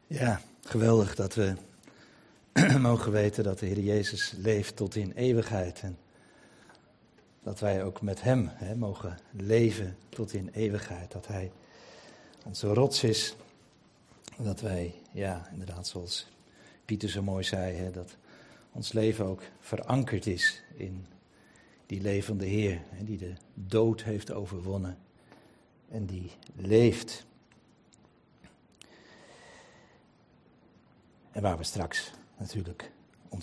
Ja, geweldig dat we mogen weten dat de Heer Jezus leeft tot in eeuwigheid. En dat wij ook met Hem mogen leven tot in eeuwigheid. Dat Hij onze rots is. Dat wij, ja, inderdaad zoals Pieter zo mooi zei, dat ons leven ook verankerd is in die levende Heer. Die de dood heeft overwonnen en die leeft. En waar we straks natuurlijk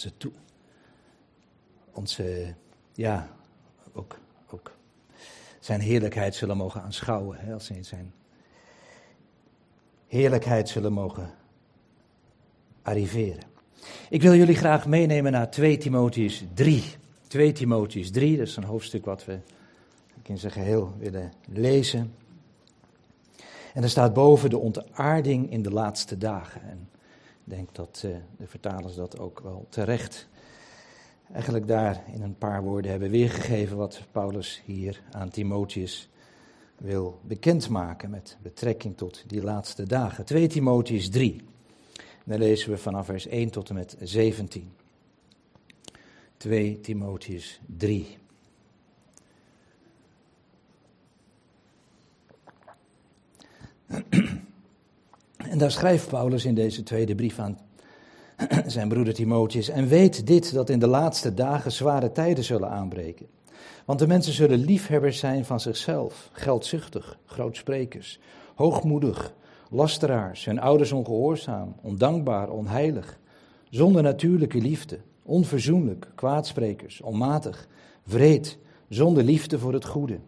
ook zijn heerlijkheid zullen mogen aanschouwen. Als we in zijn heerlijkheid zullen mogen arriveren. Ik wil jullie graag meenemen naar 2 Timotheüs 3. 2 Timotheüs 3, dat is een hoofdstuk wat we in zijn geheel willen lezen. En er staat boven de ontaarding in de laatste dagen. En ik denk dat de vertalers dat ook wel terecht eigenlijk daar in een paar woorden hebben weergegeven wat Paulus hier aan Timotheus wil bekendmaken met betrekking tot die laatste dagen. 2 Timotheüs 3. En dan lezen we vanaf vers 1 tot en met 17. 2 Timotheüs 3. En daar schrijft Paulus in deze tweede brief aan zijn broeder Timotheus: en weet dit, dat in de laatste dagen zware tijden zullen aanbreken. Want de mensen zullen liefhebbers zijn van zichzelf, geldzuchtig, grootsprekers, hoogmoedig, lasteraars, hun ouders ongehoorzaam, ondankbaar, onheilig, zonder natuurlijke liefde, onverzoenlijk, kwaadsprekers, onmatig, wreed, zonder liefde voor het goede.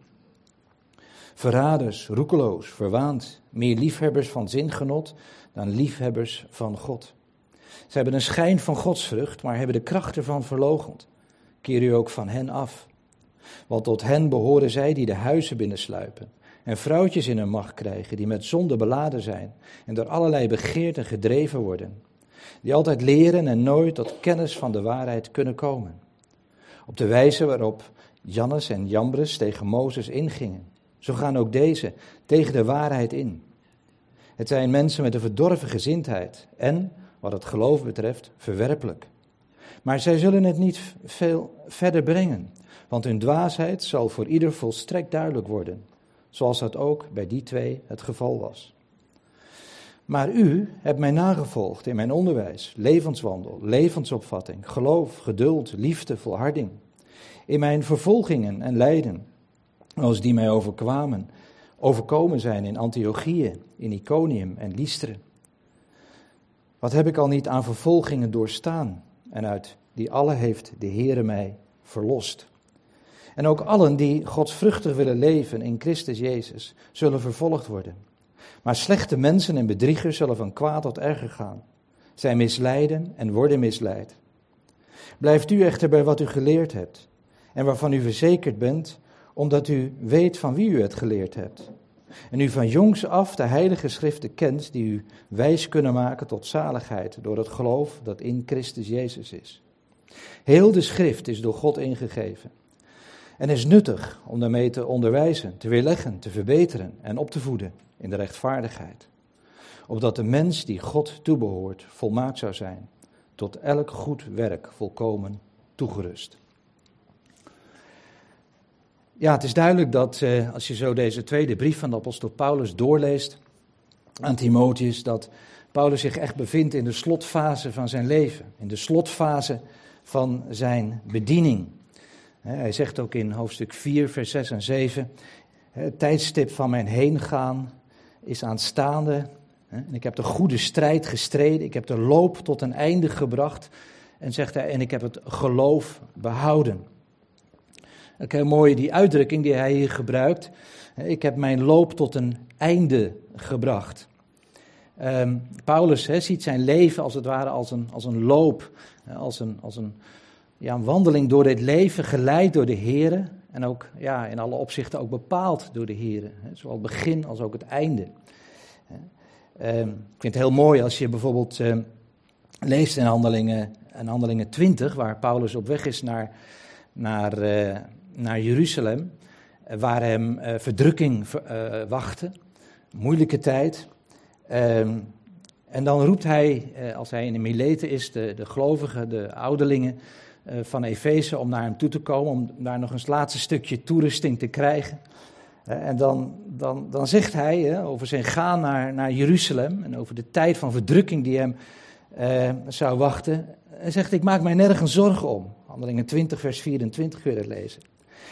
Verraders, roekeloos, verwaand, meer liefhebbers van zingenot dan liefhebbers van God. Ze hebben een schijn van godsvrucht, maar hebben de kracht ervan verloochend. Keer u ook van hen af. Want tot hen behoren zij die de huizen binnensluipen en vrouwtjes in hun macht krijgen die met zonde beladen zijn en door allerlei begeerten gedreven worden. Die altijd leren en nooit tot kennis van de waarheid kunnen komen. Op de wijze waarop Jannes en Jambres tegen Mozes ingingen. Zo gaan ook deze tegen de waarheid in. Het zijn mensen met een verdorven gezindheid en, wat het geloof betreft, verwerpelijk. Maar zij zullen het niet veel verder brengen, want hun dwaasheid zal voor ieder volstrekt duidelijk worden, zoals dat ook bij die twee het geval was. Maar u hebt mij nagevolgd in mijn onderwijs, levenswandel, levensopvatting, geloof, geduld, liefde, volharding, in mijn vervolgingen en lijden, als die mij overkomen zijn in Antiochië, in Iconium en Lystra. Wat heb ik al niet aan vervolgingen doorstaan, en uit die alle heeft de Heere mij verlost. En ook allen die godsvruchtig willen leven in Christus Jezus, zullen vervolgd worden. Maar slechte mensen en bedriegers zullen van kwaad tot erger gaan. Zij misleiden en worden misleid. Blijft u echter bij wat u geleerd hebt, en waarvan u verzekerd bent, omdat u weet van wie u het geleerd hebt. En u van jongs af de heilige schriften kent die u wijs kunnen maken tot zaligheid door het geloof dat in Christus Jezus is. Heel de schrift is door God ingegeven en is nuttig om daarmee te onderwijzen, te weerleggen, te verbeteren en op te voeden in de rechtvaardigheid. Opdat de mens die God toebehoort volmaakt zou zijn, tot elk goed werk volkomen toegerust. Ja, het is duidelijk dat als je zo deze tweede brief van de apostel Paulus doorleest aan Timotheus, dat Paulus zich echt bevindt in de slotfase van zijn leven, in de slotfase van zijn bediening. Hij zegt ook in hoofdstuk 4, vers 6 en 7, het tijdstip van mijn heengaan is aanstaande. En ik heb de goede strijd gestreden, ik heb de loop tot een einde gebracht. En zegt hij, en ik heb het geloof behouden. Ook heel mooi die uitdrukking die hij hier gebruikt. Ik heb mijn loop tot een einde gebracht. Paulus ziet zijn leven als het ware als een loop. Als een wandeling door dit leven, geleid door de Here. En ook in alle opzichten ook bepaald door de Here. Zowel het begin als ook het einde. Ik vind het heel mooi als je bijvoorbeeld leest in Handelingen 20, waar Paulus op weg is naar Jeruzalem, waar hem verdrukking wachtte, moeilijke tijd. En dan roept hij, als hij in Mileten is, de gelovigen, de ouderlingen van Efeze, om naar hem toe te komen, om daar nog een laatste stukje toerusting te krijgen. En dan zegt hij over zijn gaan naar Jeruzalem en over de tijd van verdrukking die hem zou wachten. Hij zegt, ik maak mij nergens zorgen om. Handelingen 20 vers 24 weer het lezen.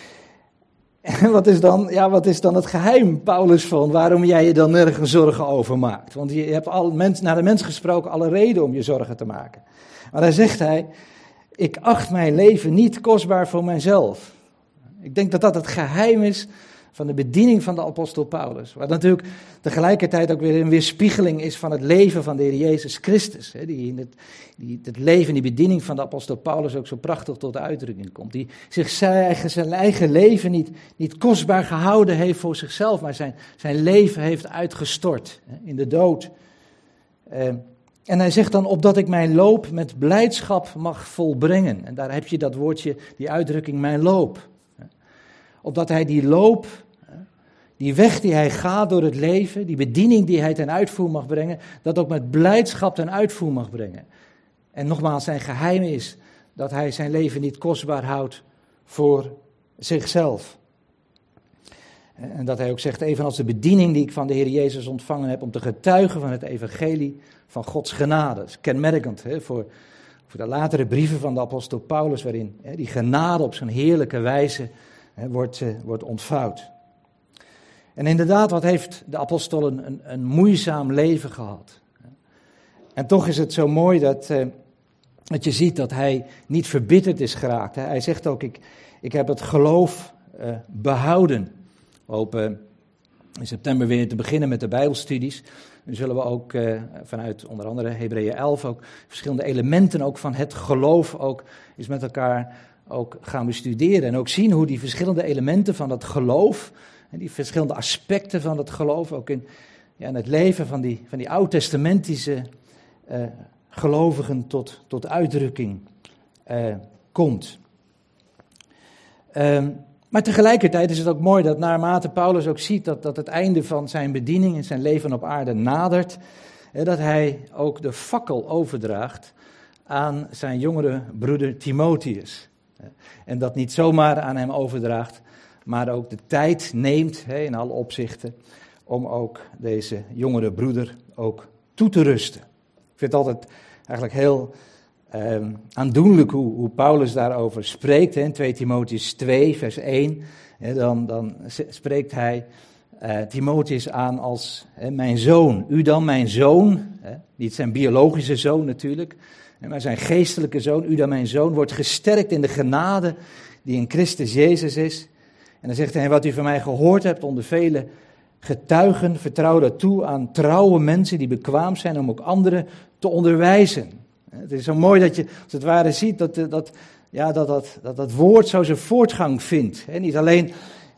En wat is dan het geheim, Paulus, van waarom jij je dan nergens zorgen over maakt? Want je hebt naar de mens gesproken alle reden om je zorgen te maken. Maar dan zegt hij, ik acht mijn leven niet kostbaar voor mijzelf. Ik denk dat dat het geheim is van de bediening van de apostel Paulus. Wat natuurlijk tegelijkertijd ook weer een weerspiegeling is van het leven van de Heer Jezus Christus. Die in het leven, die bediening van de apostel Paulus ook zo prachtig tot de uitdrukking komt. Die zijn eigen leven niet kostbaar gehouden heeft voor zichzelf, maar zijn leven heeft uitgestort in de dood. En hij zegt dan, opdat ik mijn loop met blijdschap mag volbrengen. En daar heb je dat woordje, die uitdrukking, mijn loop. Opdat hij die loop, die weg die hij gaat door het leven, die bediening die hij ten uitvoer mag brengen, dat ook met blijdschap ten uitvoer mag brengen. En nogmaals, zijn geheim is dat hij zijn leven niet kostbaar houdt voor zichzelf. En dat hij ook zegt, evenals de bediening die ik van de Heer Jezus ontvangen heb om te getuigen van het evangelie van Gods genade. Dat is kenmerkend voor de latere brieven van de apostel Paulus, waarin die genade op zo'n heerlijke wijze wordt ontvouwd. En inderdaad, wat heeft de apostel een moeizaam leven gehad. En toch is het zo mooi dat je ziet dat hij niet verbitterd is geraakt. Hij zegt ook, ik heb het geloof behouden. We hopen in september weer te beginnen met de Bijbelstudies. Nu zullen we ook vanuit onder andere Hebreeën 11 ook verschillende elementen ook van het geloof ook eens met elkaar ook gaan bestuderen. En ook zien hoe die verschillende elementen van het geloof, en die verschillende aspecten van het geloof ook in het leven van die oud-testamentische gelovigen tot uitdrukking komt. Maar tegelijkertijd is het ook mooi dat naarmate Paulus ook ziet dat het einde van zijn bediening en zijn leven op aarde nadert, dat hij ook de fakkel overdraagt aan zijn jongere broeder Timotheus. En dat niet zomaar aan hem overdraagt, maar ook de tijd neemt in alle opzichten om ook deze jongere broeder ook toe te rusten. Ik vind het altijd eigenlijk heel aandoenlijk hoe Paulus daarover spreekt. In 2 Timotheus 2 vers 1, dan spreekt hij Timotheus aan als mijn zoon. U dan mijn zoon, niet zijn biologische zoon natuurlijk, maar zijn geestelijke zoon. U dan mijn zoon, wordt gesterkt in de genade die in Christus Jezus is. En dan zegt hij, wat u van mij gehoord hebt onder vele getuigen, vertrouw dat toe aan trouwe mensen die bekwaam zijn om ook anderen te onderwijzen. Het is zo mooi dat je als het ware ziet dat woord zo zijn voortgang vindt. Niet alleen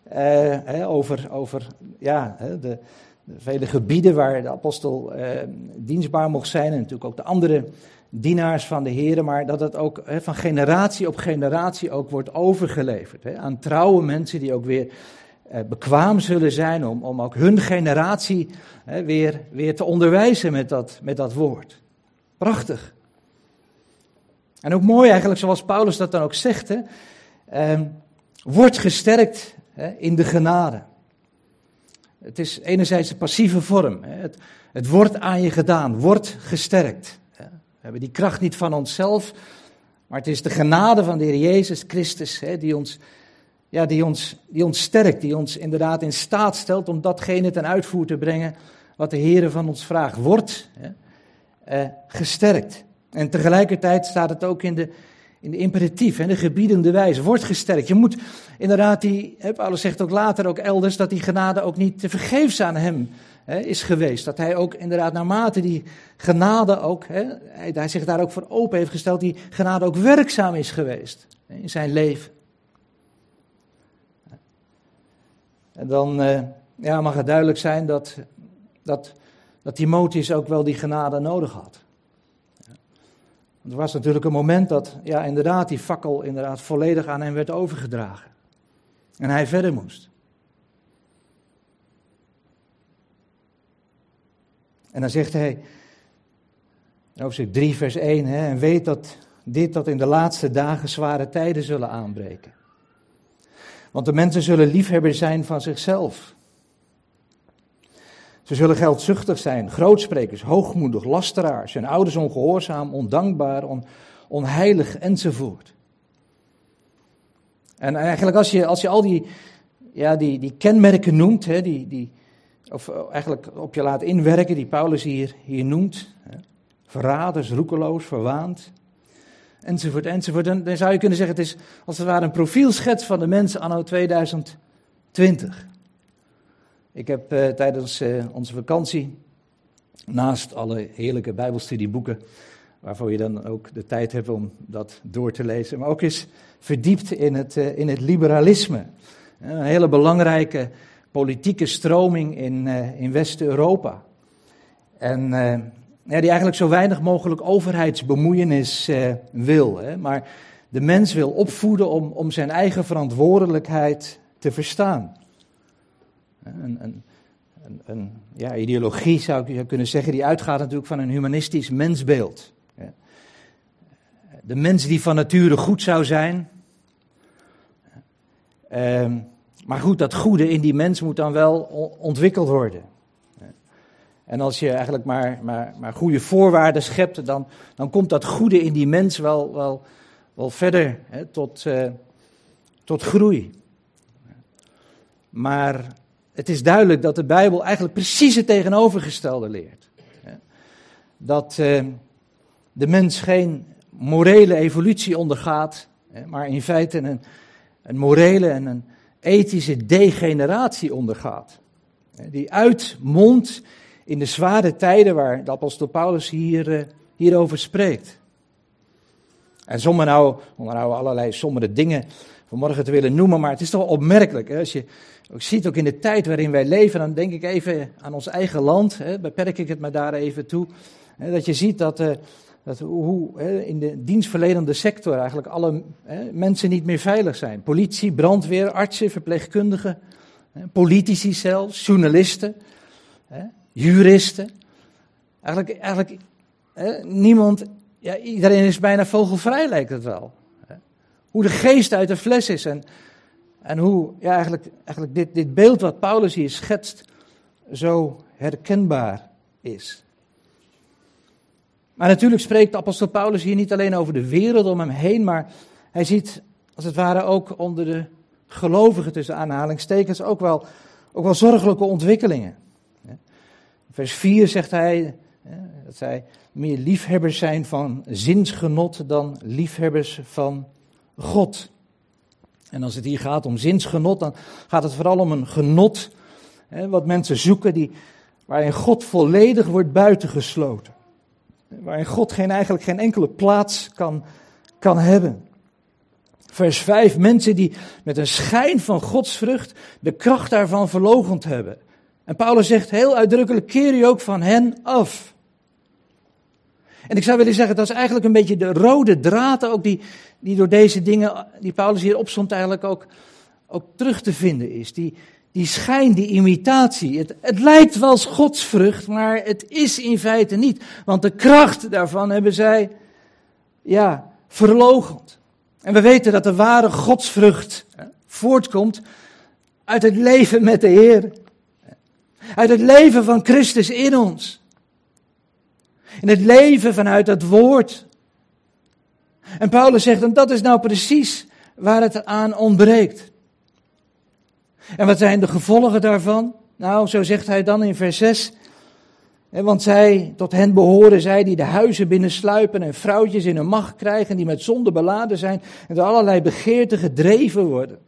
over de vele gebieden waar de apostel dienstbaar mocht zijn en natuurlijk ook de andere dienaars van de Heer, maar dat het ook van generatie op generatie ook wordt overgeleverd. Aan trouwe mensen die ook weer bekwaam zullen zijn om ook hun generatie weer te onderwijzen met dat woord. Prachtig. En ook mooi eigenlijk, zoals Paulus dat dan ook zegt, wordt gesterkt in de genade. Het is enerzijds de passieve vorm. Het wordt aan je gedaan, wordt gesterkt. We hebben die kracht niet van onszelf, maar het is de genade van de Heer Jezus Christus die ons sterkt, die ons inderdaad in staat stelt om datgene ten uitvoer te brengen wat de Heer van ons vraagt. Wordt gesterkt. En tegelijkertijd staat het ook in de imperatief, de gebiedende wijze, wordt gesterkt. Je moet inderdaad, Paulus zegt ook later, ook elders, dat die genade ook niet te vergeefs aan hem is geweest. Dat hij ook inderdaad naarmate die genade ook, hij zich daar ook voor open heeft gesteld, die genade ook werkzaam is geweest in zijn leven. En dan mag het duidelijk zijn dat Timotheus ook wel die genade nodig had. Want er was natuurlijk een moment dat inderdaad die fakkel inderdaad volledig aan hem werd overgedragen. En hij verder moest. En dan zegt hij, Hoofdstuk 3 vers 1, en weet dat in de laatste dagen zware tijden zullen aanbreken. Want de mensen zullen liefhebber zijn van zichzelf. Ze zullen geldzuchtig zijn, grootsprekers, hoogmoedig, lasteraars, hun ouders ongehoorzaam, ondankbaar, onheilig enzovoort. En eigenlijk als je al die kenmerken noemt, of eigenlijk op je laat inwerken, die Paulus hier noemt, verraders, roekeloos, verwaand, enzovoort, dan zou je kunnen zeggen, het is als het ware een profielschets van de mens anno 2020. Ik heb tijdens onze vakantie, naast alle heerlijke bijbelstudieboeken, waarvoor je dan ook de tijd hebt om dat door te lezen, maar ook eens verdiept in het liberalisme. Een hele belangrijke politieke stroming in West-Europa. En die eigenlijk zo weinig mogelijk overheidsbemoeienis wil. Maar de mens wil opvoeden om zijn eigen verantwoordelijkheid te verstaan. Een ideologie zou je kunnen zeggen, die uitgaat natuurlijk van een humanistisch mensbeeld. De mens die van nature goed zou zijn. Maar goed, dat goede in die mens moet dan wel ontwikkeld worden. En als je eigenlijk maar goede voorwaarden schept, dan komt dat goede in die mens wel verder tot groei. Maar het is duidelijk dat de Bijbel eigenlijk precies het tegenovergestelde leert. Dat de mens geen morele evolutie ondergaat, maar in feite een morele en een ethische degeneratie ondergaat. Die uitmondt in de zware tijden waar de apostel Paulus hierover spreekt. En zonder nou allerlei sombere dingen vanmorgen te willen noemen, maar het is toch wel opmerkelijk. Als je ook ziet, ook in de tijd waarin wij leven, dan denk ik even aan ons eigen land, beperk ik het maar daar even toe. Dat je ziet dat hoe in de dienstverlenende sector eigenlijk alle mensen niet meer veilig zijn. Politie, brandweer, artsen, verpleegkundigen, politici zelfs, journalisten, juristen. Eigenlijk niemand, iedereen is bijna vogelvrij lijkt het wel. Hoe de geest uit de fles is en hoe eigenlijk dit beeld wat Paulus hier schetst zo herkenbaar is. Maar natuurlijk spreekt de apostel Paulus hier niet alleen over de wereld om hem heen, maar hij ziet als het ware ook onder de gelovigen tussen aanhalingstekens ook wel zorgelijke ontwikkelingen. Vers 4 zegt hij dat zij meer liefhebbers zijn van zinsgenot dan liefhebbers van God. En als het hier gaat om zinsgenot, dan gaat het vooral om een genot wat mensen zoeken waarin God volledig wordt buitengesloten. Waarin God eigenlijk geen enkele plaats kan hebben. Vers 5, mensen die met een schijn van godsvrucht de kracht daarvan verloochend hebben. En Paulus zegt heel uitdrukkelijk, keer u ook van hen af. En ik zou willen zeggen, dat is eigenlijk een beetje de rode draad ook die door deze dingen die Paulus hier opzond eigenlijk ook terug te vinden is. Die schijn, die imitatie. Het lijkt wel als godsvrucht, maar het is in feite niet. Want de kracht daarvan hebben zij, verloochend. En we weten dat de ware godsvrucht voortkomt uit het leven met de Heer. Uit het leven van Christus in ons. In het leven vanuit het woord. En Paulus zegt, en dat is nou precies waar het aan ontbreekt. En wat zijn de gevolgen daarvan? Nou, zo zegt hij dan in vers 6. Want tot hen behoren zij die de huizen binnensluipen en vrouwtjes in hun macht krijgen, die met zonde beladen zijn en door allerlei begeerten gedreven worden.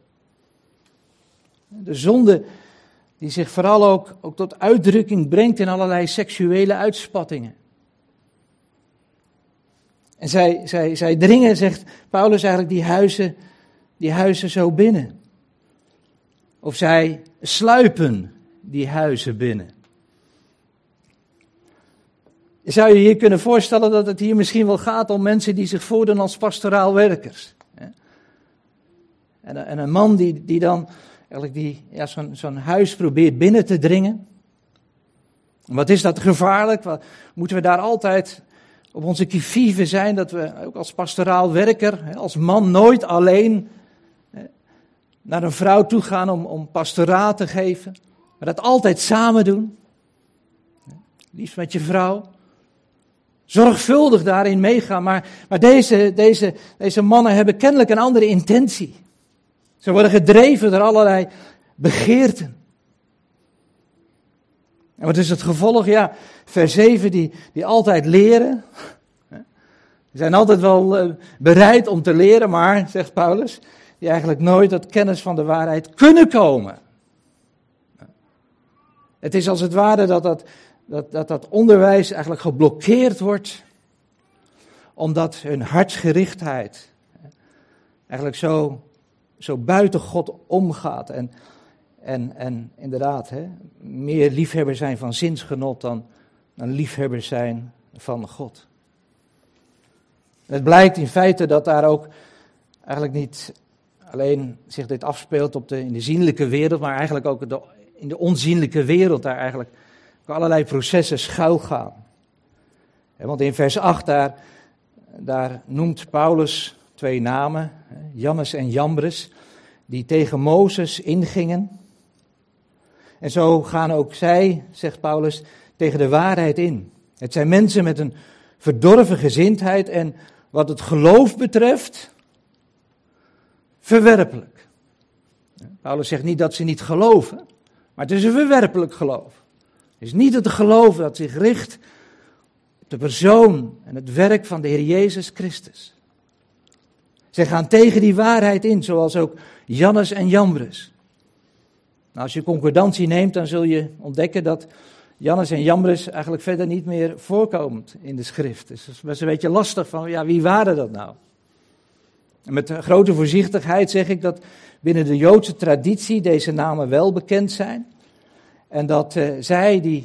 De zonde die zich vooral ook tot uitdrukking brengt in allerlei seksuele uitspattingen. En zij dringen, zegt Paulus eigenlijk, die huizen zo binnen. Of zij sluipen die huizen binnen. Zou je hier kunnen voorstellen dat het hier misschien wel gaat om mensen die zich voordoen als pastoraal werkers. En een man die dan eigenlijk zo'n huis probeert binnen te dringen. Wat is dat gevaarlijk? Moeten we daar altijd op onze qui vive zijn, dat we ook als pastoraal werker, als man nooit alleen naar een vrouw toe gaan om pastoraat te geven, maar dat altijd samen doen. Liefst met je vrouw. Zorgvuldig daarin meegaan, maar deze mannen hebben kennelijk een andere intentie. Ze worden gedreven door allerlei begeerten. En wat is het gevolg? Ja, vers 7, die altijd leren. Die zijn altijd wel bereid om te leren, maar, zegt Paulus, die eigenlijk nooit tot kennis van de waarheid kunnen komen. Het is als het ware dat onderwijs eigenlijk geblokkeerd wordt, omdat hun hartsgerichtheid eigenlijk zo buiten God omgaat en inderdaad meer liefhebber zijn van zinsgenot dan liefhebber zijn van God. Het blijkt in feite dat daar ook eigenlijk niet alleen zich dit afspeelt in de zienlijke wereld, maar eigenlijk ook in de onzienlijke wereld daar eigenlijk ook allerlei processen schuilgaan. Want in vers 8 daar noemt Paulus 2 namen, Jannes en Jambres, die tegen Mozes ingingen. En zo gaan ook zij, zegt Paulus, tegen de waarheid in. Het zijn mensen met een verdorven gezindheid en wat het geloof betreft, verwerpelijk. Paulus zegt niet dat ze niet geloven, maar het is een verwerpelijk geloof. Het is niet het geloof dat zich richt op de persoon en het werk van de Heer Jezus Christus. Zij gaan tegen die waarheid in, zoals ook Jannes en Jambres. Nou, als je concordantie neemt, dan zul je ontdekken dat Jannes en Jambres eigenlijk verder niet meer voorkomt in de schrift. Dus het is best een beetje lastig van, ja, wie waren dat nou? En met grote voorzichtigheid zeg ik dat binnen de Joodse traditie deze namen wel bekend zijn. En dat zij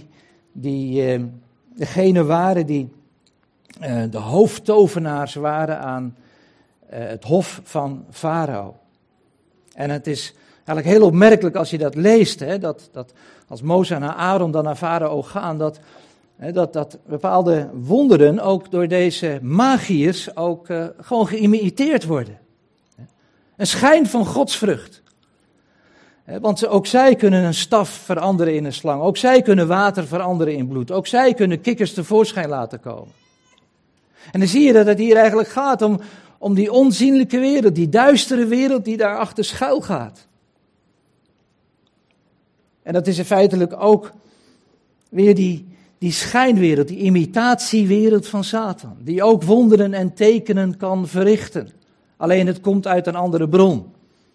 degene waren die de hoofdtovenaars waren aan het hof van Farao. En het is eigenlijk heel opmerkelijk als je dat leest, dat als Mozes en Aaron dan naar Farao gaan, dat bepaalde wonderen ook door deze magiërs ook gewoon geïmiteerd worden. Een schijn van godsvrucht. Want ook zij kunnen een staf veranderen in een slang. Ook zij kunnen water veranderen in bloed. Ook zij kunnen kikkers tevoorschijn laten komen. En dan zie je dat het hier eigenlijk gaat om die onzienlijke wereld, die duistere wereld die daarachter schuil gaat. En dat is feitelijk ook weer die schijnwereld, die imitatiewereld van Satan. Die ook wonderen en tekenen kan verrichten. Alleen het komt uit een andere bron.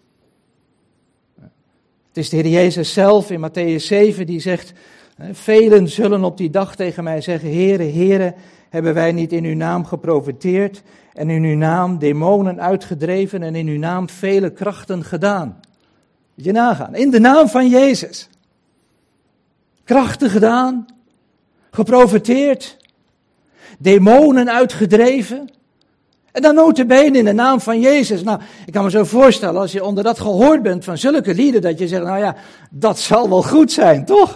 Het is de Heer Jezus zelf in Mattheüs 7 die zegt, velen zullen op die dag tegen mij zeggen, Heere, Heere, hebben wij niet in uw naam geprofeteerd en in uw naam demonen uitgedreven en in uw naam vele krachten gedaan. Moet je nagaan, in de naam van Jezus. Krachten gedaan, geprofeteerd, demonen uitgedreven. En dan nota bene in de naam van Jezus. Nou, ik kan me zo voorstellen, als je onder dat gehoord bent van zulke lieden, dat je zegt, nou ja, dat zal wel goed zijn, toch?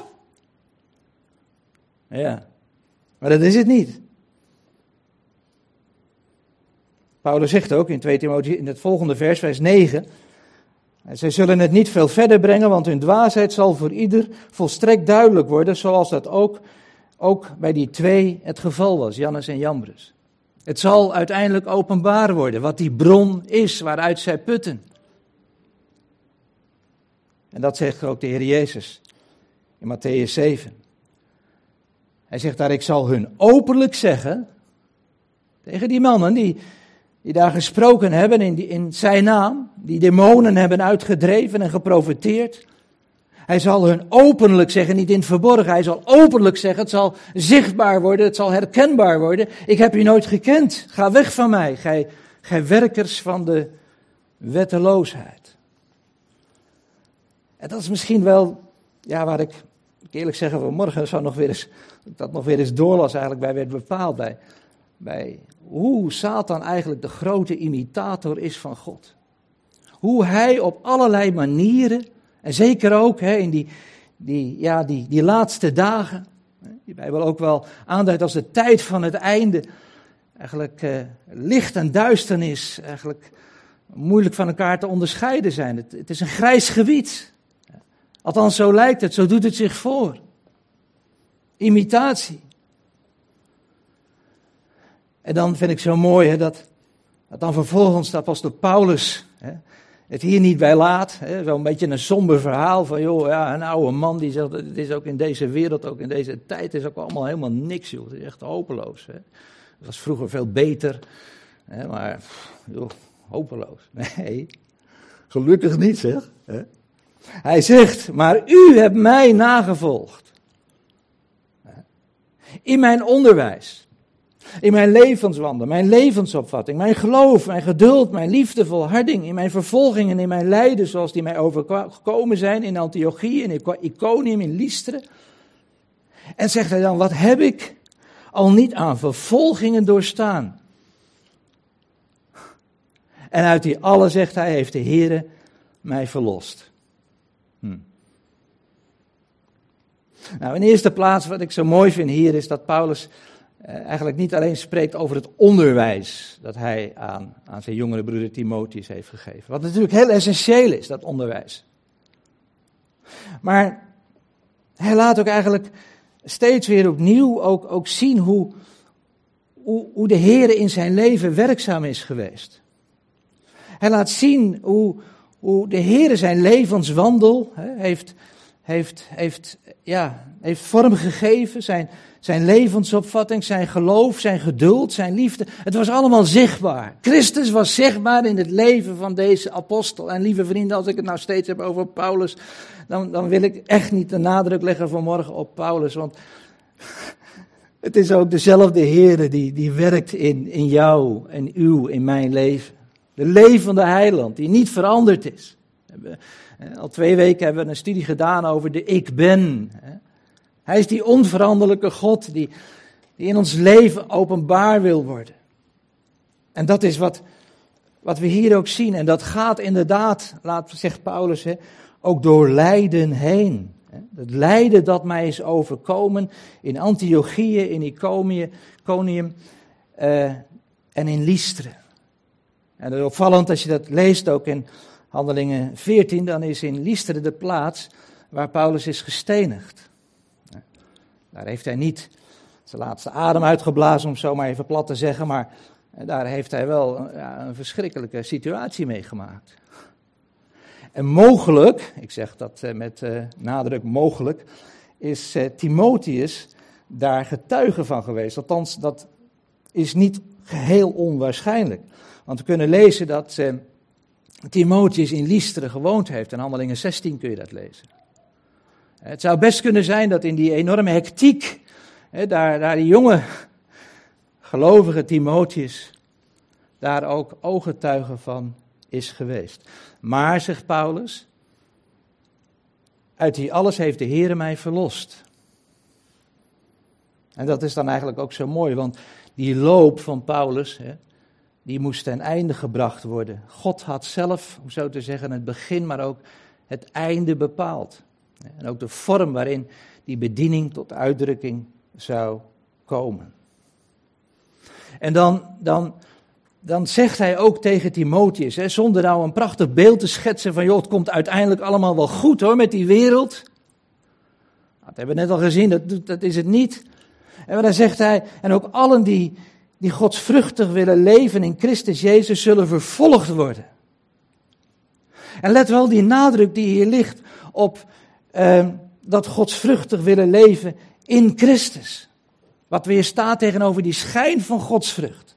Ja, maar dat is het niet. Paulus zegt ook in 2 Timotheüs, in het volgende vers, vers 9, zij zullen het niet veel verder brengen, want hun dwaasheid zal voor ieder volstrekt duidelijk worden, zoals dat ook bij die 2 het geval was, Jannes en Jambres. Het zal uiteindelijk openbaar worden wat die bron is waaruit zij putten. En dat zegt ook de Heer Jezus in Mattheüs 7. Hij zegt daar, ik zal hun openlijk zeggen, tegen die mannen die daar gesproken hebben in zijn naam, die demonen hebben uitgedreven en geprofeteerd. Hij zal hun openlijk zeggen, niet in het verborgen, hij zal openlijk zeggen, het zal zichtbaar worden, het zal herkenbaar worden. Ik heb u nooit gekend, ga weg van mij, gij werkers van de wetteloosheid. En dat is misschien wel, ja, waar ik eerlijk zeggen, vanmorgen zou dat nog weer eens doorlas eigenlijk bij werd bepaald, bij hoe Satan eigenlijk de grote imitator is van God. Hoe hij op allerlei manieren, en zeker ook in die laatste dagen, die Bijbel ook wel aanduidt als de tijd van het einde, licht en duisternis eigenlijk moeilijk van elkaar te onderscheiden zijn. Het is een grijs gebied. Althans, zo lijkt het, zo doet het zich voor. Imitatie. En dan vind ik zo mooi dat dan vervolgens de apostel Paulus het hier niet bij laat. Zo'n beetje een somber verhaal van, joh, ja, een oude man die zegt, het is ook in deze wereld, ook in deze tijd, is ook allemaal helemaal niks, joh. Het is echt hopeloos. Het was vroeger veel beter, maar, joh, hopeloos. Nee, gelukkig niet, zeg. Hij zegt, maar u hebt mij nagevolgd. In mijn onderwijs. In mijn levenswandel, mijn levensopvatting, mijn geloof, mijn geduld, mijn liefde, volharding, in mijn vervolging en in mijn lijden zoals die mij overgekomen zijn in Antiochië, in Iconium, in Lystra. En zegt hij dan, wat heb ik al niet aan vervolgingen doorstaan? En uit die alle, zegt hij, heeft de Heere mij verlost. Nou, in de eerste plaats wat ik zo mooi vind hier is dat Paulus eigenlijk niet alleen spreekt over het onderwijs dat hij aan zijn jongere broeder Timotheus heeft gegeven. Wat natuurlijk heel essentieel is, dat onderwijs. Maar hij laat ook eigenlijk steeds weer opnieuw ook zien hoe de Heer in zijn leven werkzaam is geweest. Hij laat zien hoe de Heer zijn levenswandel heeft vormgegeven, zijn levensopvatting, zijn geloof, zijn geduld, zijn liefde. Het was allemaal zichtbaar. Christus was zichtbaar in het leven van deze apostel. En lieve vrienden, als ik het nou steeds heb over Paulus, dan wil ik echt niet de nadruk leggen vanmorgen op Paulus, want het is ook dezelfde Heer die werkt in jou en uw, in mijn leven. De levende heiland, die niet veranderd is. Al 2 weken hebben we een studie gedaan over de ik ben. Hij is die onveranderlijke God die in ons leven openbaar wil worden. En dat is wat we hier ook zien. En dat gaat inderdaad, zegt Paulus, ook door lijden heen. Het lijden dat mij is overkomen in Antiochië, in Iconium en in Lystra. En dat is opvallend als je dat leest ook in Handelingen 14, dan is in Lystra de plaats waar Paulus is gestenigd. Daar heeft hij niet zijn laatste adem uitgeblazen, om het zo maar even plat te zeggen, maar daar heeft hij wel een verschrikkelijke situatie meegemaakt. En mogelijk, ik zeg dat met nadruk mogelijk, is Timotheus daar getuige van geweest. Althans, dat is niet geheel onwaarschijnlijk. Want we kunnen lezen dat Timotheus in Lystra gewoond heeft. In Handelingen 16 kun je dat lezen. Het zou best kunnen zijn dat in die enorme hectiek, daar die jonge gelovige Timotheus, daar ook ooggetuige van is geweest. Maar, zegt Paulus, uit die alles heeft de Heere mij verlost. En dat is dan eigenlijk ook zo mooi, want die loop van Paulus, die moest ten einde gebracht worden. God had zelf, om zo te zeggen, het begin, maar ook het einde bepaald. En ook de vorm waarin die bediening tot uitdrukking zou komen. En dan zegt hij ook tegen Timotheus, zonder nou een prachtig beeld te schetsen van, joh, het komt uiteindelijk allemaal wel goed hoor, met die wereld. Dat hebben we net al gezien, dat is het niet. En dan zegt hij, en ook allen die godsvruchtig willen leven in Christus Jezus zullen vervolgd worden. En let wel die nadruk die hier ligt op dat godsvruchtig willen leven in Christus. Wat weer staat tegenover die schijn van godsvrucht.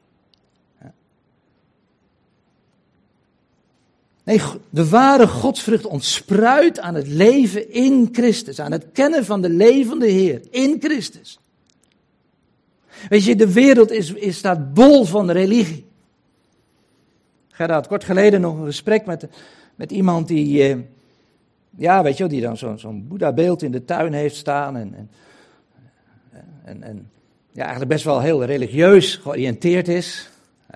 Nee, de ware godsvrucht ontspruit aan het leven in Christus. Aan het kennen van de levende Heer in Christus. Weet je, de wereld staat bol van religie. Gerda had kort geleden nog een gesprek met iemand die, die dan zo'n Boeddha-beeld in de tuin heeft staan. En eigenlijk best wel heel religieus georiënteerd is.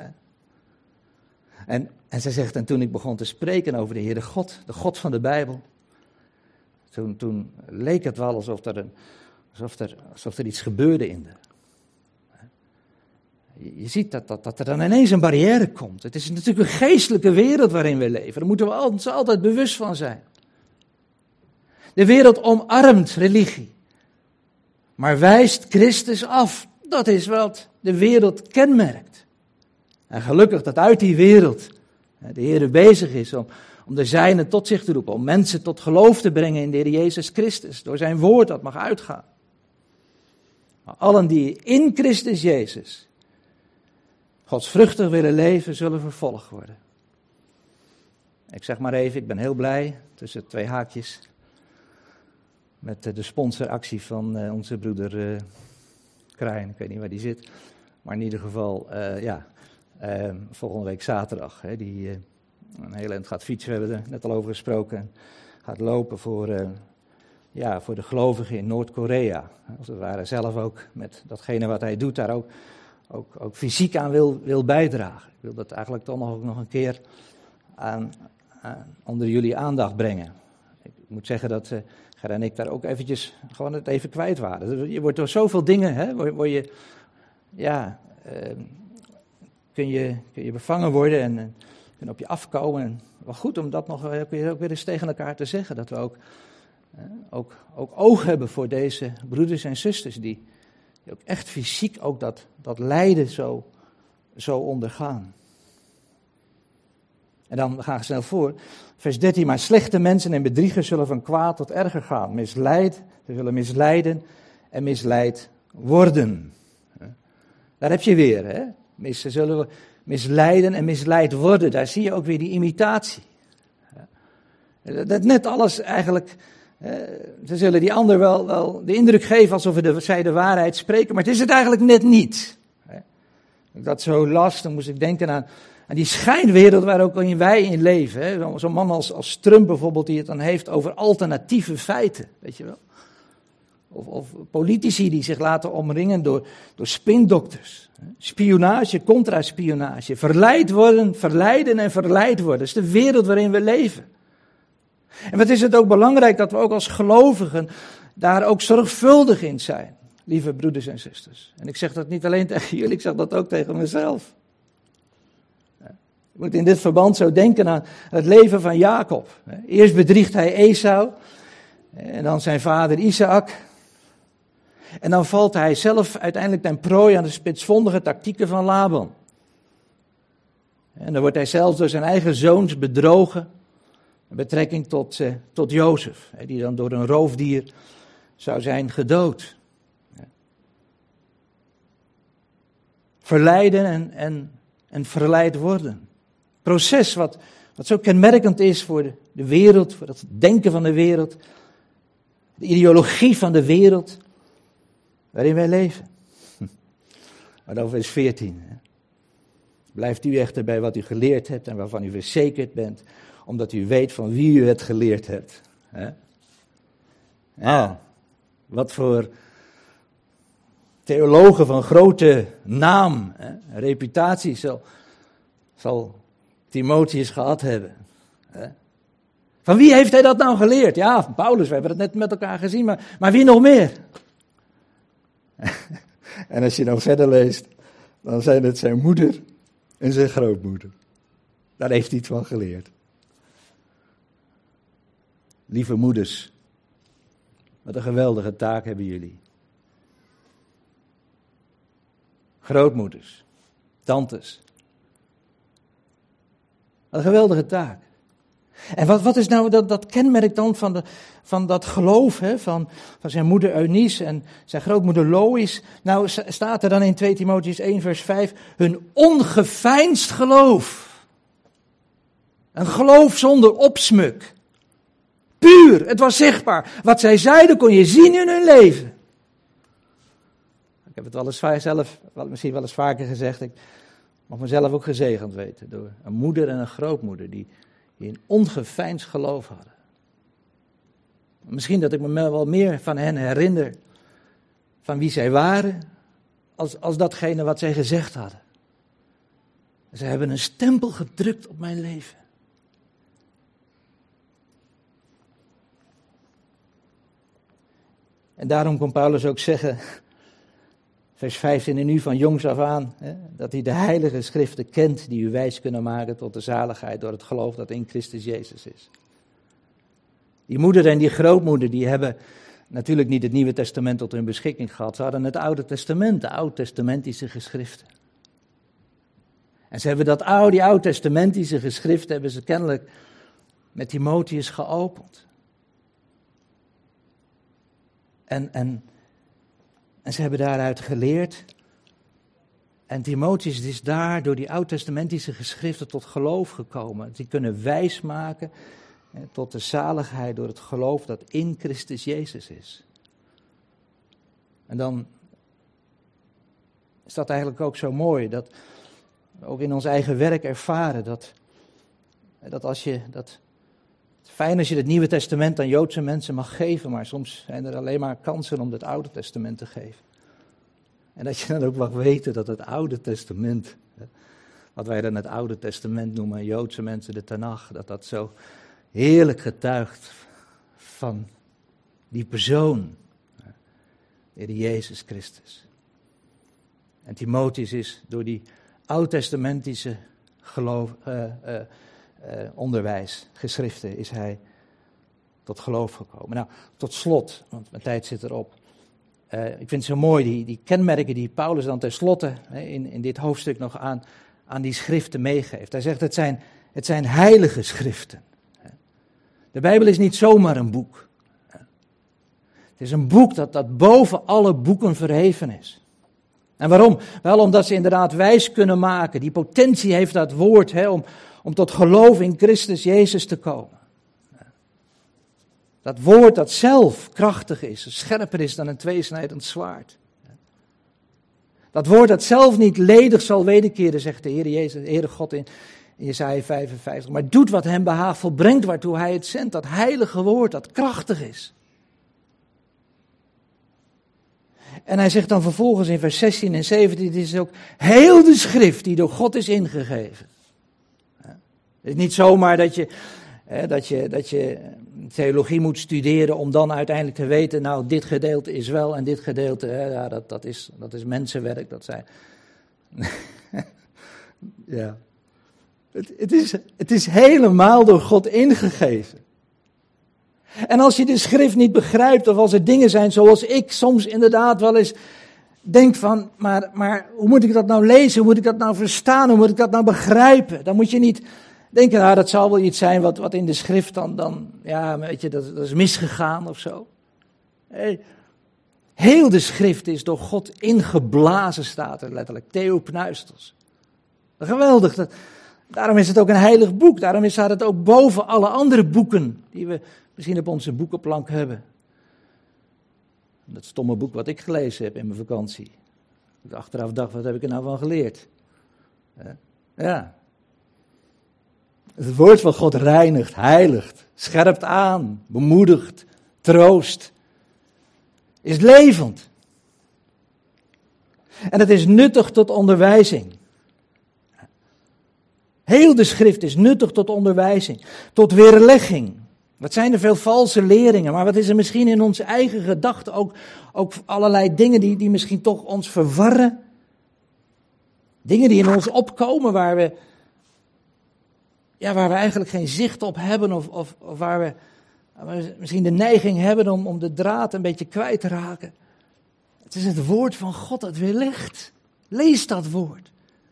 En zij zegt, en toen ik begon te spreken over de Heere God, de God van de Bijbel, toen leek het wel alsof er iets gebeurde in de. je ziet dat er dan ineens een barrière komt. Het is natuurlijk een geestelijke wereld waarin we leven. Daar moeten we ons altijd bewust van zijn. De wereld omarmt religie, maar wijst Christus af. Dat is wat de wereld kenmerkt. En gelukkig dat uit die wereld de Heer bezig is om de zijnen tot zich te roepen. Om mensen tot geloof te brengen in de Heer Jezus Christus. Door zijn woord dat mag uitgaan. Maar allen die in Christus Jezus godsvruchtig willen leven, zullen vervolgd worden. Ik zeg maar even, ik ben heel blij, tussen twee haakjes, met de sponsoractie van onze broeder Krijn. Ik weet niet waar die zit, maar in ieder geval, volgende week zaterdag, die een heel eind gaat fietsen, we hebben er net al over gesproken, gaat lopen voor de gelovigen in Noord-Korea. Als het ware zelf ook met datgene wat hij doet, daar ook fysiek aan wil bijdragen. Ik wil dat eigenlijk toch nog een keer onder jullie aandacht brengen. Ik moet zeggen dat Ger en ik daar ook eventjes gewoon het even kwijt waren. Je wordt door zoveel dingen, kun je bevangen worden en kun op je afkomen. En wel goed om dat nog ook weer eens tegen elkaar te zeggen. Dat we ook oog hebben voor deze broeders en zusters die ook echt fysiek ook dat lijden zo ondergaan. En dan gaan we snel voor. Vers 13, maar slechte mensen en bedriegers zullen van kwaad tot erger gaan. Ze zullen misleiden en misleid worden. Daar heb je weer, hè. Ze zullen misleiden en misleid worden. Daar zie je ook weer die imitatie. Dat net alles eigenlijk. Ze zullen die ander wel de indruk geven alsof zij de waarheid spreken, maar het is het eigenlijk net niet. Als ik dat zo las, dan moest ik denken aan die schijnwereld waar ook wij in leven. Zo'n man als Trump bijvoorbeeld, die het dan heeft over alternatieve feiten, weet je wel. Of politici die zich laten omringen door spindokters. Spionage, contra-spionage. Verleiden en verleid worden. Dat is de wereld waarin we leven. En wat is het ook belangrijk dat we ook als gelovigen daar ook zorgvuldig in zijn. Lieve broeders en zusters. En ik zeg dat niet alleen tegen jullie, ik zeg dat ook tegen mezelf. Ik moet in dit verband zo denken aan het leven van Jacob. Eerst bedriegt hij Esau. En dan zijn vader Isaac. En dan valt hij zelf uiteindelijk ten prooi aan de spitsvondige tactieken van Laban. En dan wordt hij zelfs door zijn eigen zoons bedrogen. Met betrekking tot Jozef. Die dan door een roofdier zou zijn gedood. Verleiden en verleid worden. Proces wat zo kenmerkend is voor de wereld, voor het denken van de wereld. De ideologie van de wereld waarin wij leven. Maar dan vers 14. Blijft u echter bij wat u geleerd hebt en waarvan u verzekerd bent, omdat u weet van wie u het geleerd hebt. Ja, wat voor theologen van grote naam, reputatie zal Timotheus gehad hebben. Van wie heeft hij dat nou geleerd? Ja, van Paulus, we hebben het net met elkaar gezien, maar wie nog meer? En als je nou verder leest, dan zijn het zijn moeder en zijn grootmoeder. Daar heeft hij het van geleerd. Lieve moeders, wat een geweldige taak hebben jullie. Grootmoeders, tantes. Wat een geweldige taak. En wat is nou dat kenmerk dan van dat geloof, van zijn moeder Eunice en zijn grootmoeder Lois? Nou staat er dan in 2 Timotheüs 1 vers 5, hun ongeveinsd geloof. Een geloof zonder opsmuk. Puur, het was zichtbaar. Wat zij zeiden kon je zien in hun leven. Ik heb het wel eens zelf, misschien wel eens vaker gezegd, ik mag mezelf ook gezegend weten door een moeder en een grootmoeder die een ongeveinsd geloof hadden. Misschien dat ik me wel meer van hen herinner, van wie zij waren, als datgene wat zij gezegd hadden. Ze hebben een stempel gedrukt op mijn leven. En daarom kon Paulus ook zeggen, Vers 15, en u van jongs af aan, dat u de heilige schriften kent die u wijs kunnen maken tot de zaligheid door het geloof dat in Christus Jezus is. Die moeder en die grootmoeder, die hebben natuurlijk niet het Nieuwe Testament tot hun beschikking gehad. Ze hadden het Oude Testament, de oud-testamentische geschriften. En ze hebben die oud-testamentische geschriften hebben ze kennelijk met Timotheus geopend. En ze hebben daaruit geleerd. En Timotheus is daar door die oud-testamentische geschriften tot geloof gekomen. Die kunnen wijsmaken tot de zaligheid door het geloof dat in Christus Jezus is. En dan is dat eigenlijk ook zo mooi, dat we ook in ons eigen werk ervaren, dat als je dat... Fijn als je het Nieuwe Testament aan Joodse mensen mag geven, maar soms zijn er alleen maar kansen om het Oude Testament te geven. En dat je dan ook mag weten dat het Oude Testament, wat wij dan het Oude Testament noemen, Joodse mensen de Tanach, dat dat zo heerlijk getuigt van die persoon, de Heer Jezus Christus. En Timotheus is door die oud-testamentische onderwijs, geschriften, is hij tot geloof gekomen. Nou, tot slot, want mijn tijd zit erop. Ik vind het zo mooi, die kenmerken die Paulus dan tenslotte in dit hoofdstuk nog aan die schriften meegeeft. Hij zegt, het zijn heilige schriften. De Bijbel is niet zomaar een boek. Het is een boek dat boven alle boeken verheven is. En waarom? Wel omdat ze inderdaad wijs kunnen maken. Die potentie heeft dat woord om tot geloof in Christus Jezus te komen. Dat woord dat zelf krachtig is, scherper is dan een tweesnijdend zwaard. Dat woord dat zelf niet ledig zal wederkeren, zegt de Heer Jezus, de Heere God in Jesaja 55. Maar doet wat hem behaagt, volbrengt waartoe hij het zendt. Dat heilige woord dat krachtig is. En hij zegt dan vervolgens in vers 16 en 17, dit is ook heel de schrift die door God is ingegeven. Het is niet zomaar dat je theologie moet studeren om dan uiteindelijk te weten, nou dit gedeelte is wel en dit gedeelte, dat is mensenwerk. Dat zijn. Ja. Het is helemaal door God ingegeven. En als je de schrift niet begrijpt, of als er dingen zijn zoals ik soms inderdaad wel eens denk van, maar hoe moet ik dat nou lezen, hoe moet ik dat nou verstaan, hoe moet ik dat nou begrijpen? Dan moet je niet denken, nou dat zal wel iets zijn wat in de schrift dan ja, weet je, dat is misgegaan of zo. Nee. Heel de schrift is door God ingeblazen, staat er letterlijk, theopneustos. Geweldig, daarom is het ook een heilig boek, daarom staat het ook boven alle andere boeken die we misschien op onze boekenplank hebben. Dat stomme boek wat ik gelezen heb in mijn vakantie. Ik achteraf dacht, wat heb ik er nou van geleerd? Ja. Het woord van God reinigt, heiligt, scherpt aan, bemoedigt, troost. Is levend. En het is nuttig tot onderwijzing. Heel de schrift is nuttig tot onderwijzing, tot weerlegging. Wat zijn er veel valse leringen, maar wat is er misschien in onze eigen gedachten ook allerlei dingen die misschien toch ons verwarren. Dingen die in ons opkomen waar we eigenlijk geen zicht op hebben of waar we misschien de neiging hebben om de draad een beetje kwijt te raken. Het is het woord van God dat weerlegt. Lees dat woord.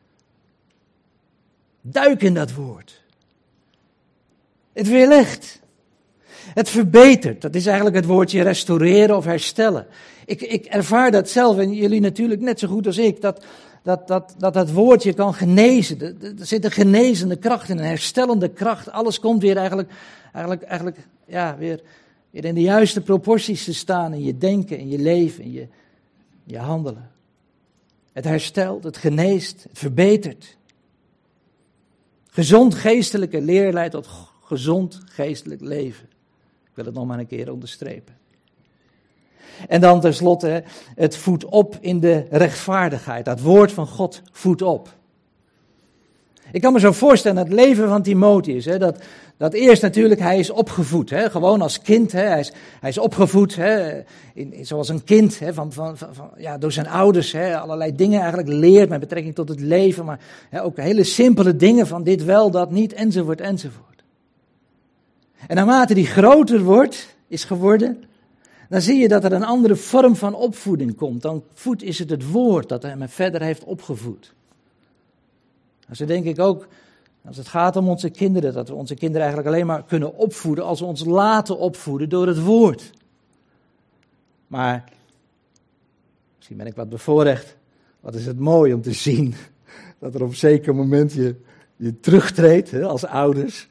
Duik in dat woord. Het weerlegt. Het verbetert. Dat is eigenlijk het woordje restaureren of herstellen. Ik ervaar dat zelf en jullie natuurlijk net zo goed als ik. Dat woordje kan genezen. Er zit een genezende kracht in, een herstellende kracht. Alles komt weer eigenlijk weer in de juiste proporties te staan in je denken, in je leven, in je handelen. Het herstelt, het geneest, het verbetert. Gezond geestelijke leer leidt tot gezond geestelijk leven. Ik wil het nog maar een keer onderstrepen. En dan tenslotte, het voedt op in de rechtvaardigheid. Dat woord van God voedt op. Ik kan me zo voorstellen, het leven van Timotheus, dat eerst natuurlijk, hij is opgevoed, gewoon als kind. Hij is opgevoed zoals een kind, door zijn ouders. Allerlei dingen eigenlijk leert met betrekking tot het leven, maar ook hele simpele dingen van dit wel, dat niet, enzovoort, enzovoort. En naarmate hij groter is geworden, dan zie je dat er een andere vorm van opvoeding komt. Dan is het woord dat hem verder heeft opgevoed. En zo denk ik ook, als het gaat om onze kinderen, dat we onze kinderen eigenlijk alleen maar kunnen opvoeden als we ons laten opvoeden door het woord. Maar, misschien ben ik wat bevoorrecht, wat is het mooi om te zien dat er op een zeker moment je terugtreedt als ouders.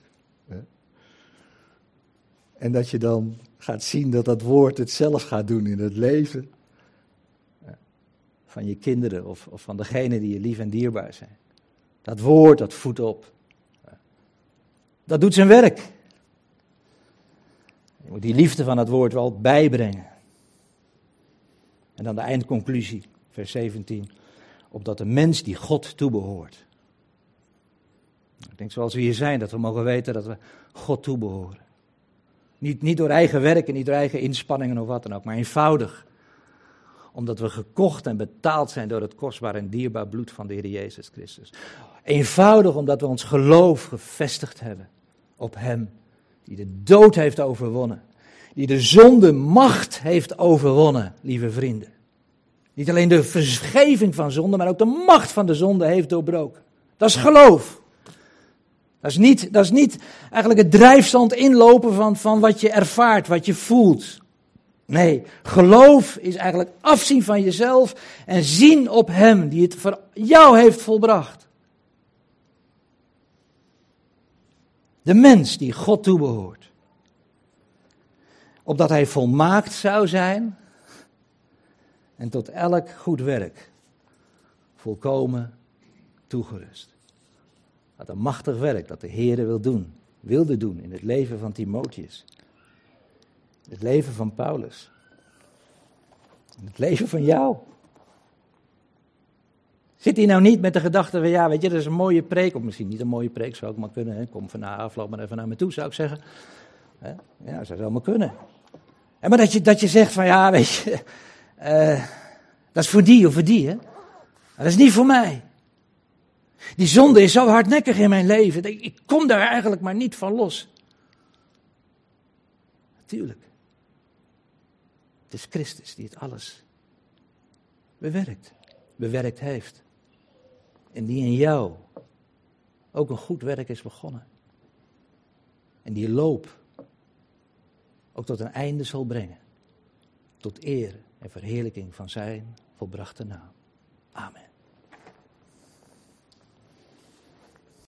En dat je dan gaat zien dat dat woord het zelf gaat doen in het leven van je kinderen of van degenen die je lief en dierbaar zijn. Dat woord, dat voedt op. Dat doet zijn werk. Je moet die liefde van het woord wel bijbrengen. En dan de eindconclusie, vers 17. Opdat de mens die God toebehoort. Ik denk zoals we hier zijn, dat we mogen weten dat we God toebehoren. Niet door eigen werk en niet door eigen inspanningen of wat dan ook, maar eenvoudig. Omdat we gekocht en betaald zijn door het kostbaar en dierbaar bloed van de Heer Jezus Christus. Eenvoudig omdat we ons geloof gevestigd hebben op Hem, die de dood heeft overwonnen. Die de zonde macht heeft overwonnen, lieve vrienden. Niet alleen de vergeving van zonde, maar ook de macht van de zonde heeft doorbroken. Dat is geloof. Dat is niet eigenlijk het drijfstand inlopen van wat je ervaart, wat je voelt. Nee, geloof is eigenlijk afzien van jezelf en zien op Hem die het voor jou heeft volbracht. De mens die God toebehoort. Opdat hij volmaakt zou zijn en tot elk goed werk volkomen toegerust. Wat een machtig werk dat de Heere wilde doen in het leven van Timotheus. In het leven van Paulus. In het leven van jou. Zit hij nou niet met de gedachte van, ja, weet je, dat is een mooie preek, of misschien niet een mooie preek, zou ook maar kunnen, hè? Kom van na afloop maar even naar me toe, zou ik zeggen. Ja, zou wel maar kunnen. Maar dat je zegt van, ja, weet je, dat is voor die of voor die, hè. Dat is niet voor mij. Die zonde is zo hardnekkig in mijn leven, ik kom daar eigenlijk maar niet van los. Natuurlijk. Het is Christus die het alles bewerkt heeft. En die in jou ook een goed werk is begonnen. En die loop ook tot een einde zal brengen. Tot eer en verheerlijking van zijn volbrachte naam. Amen.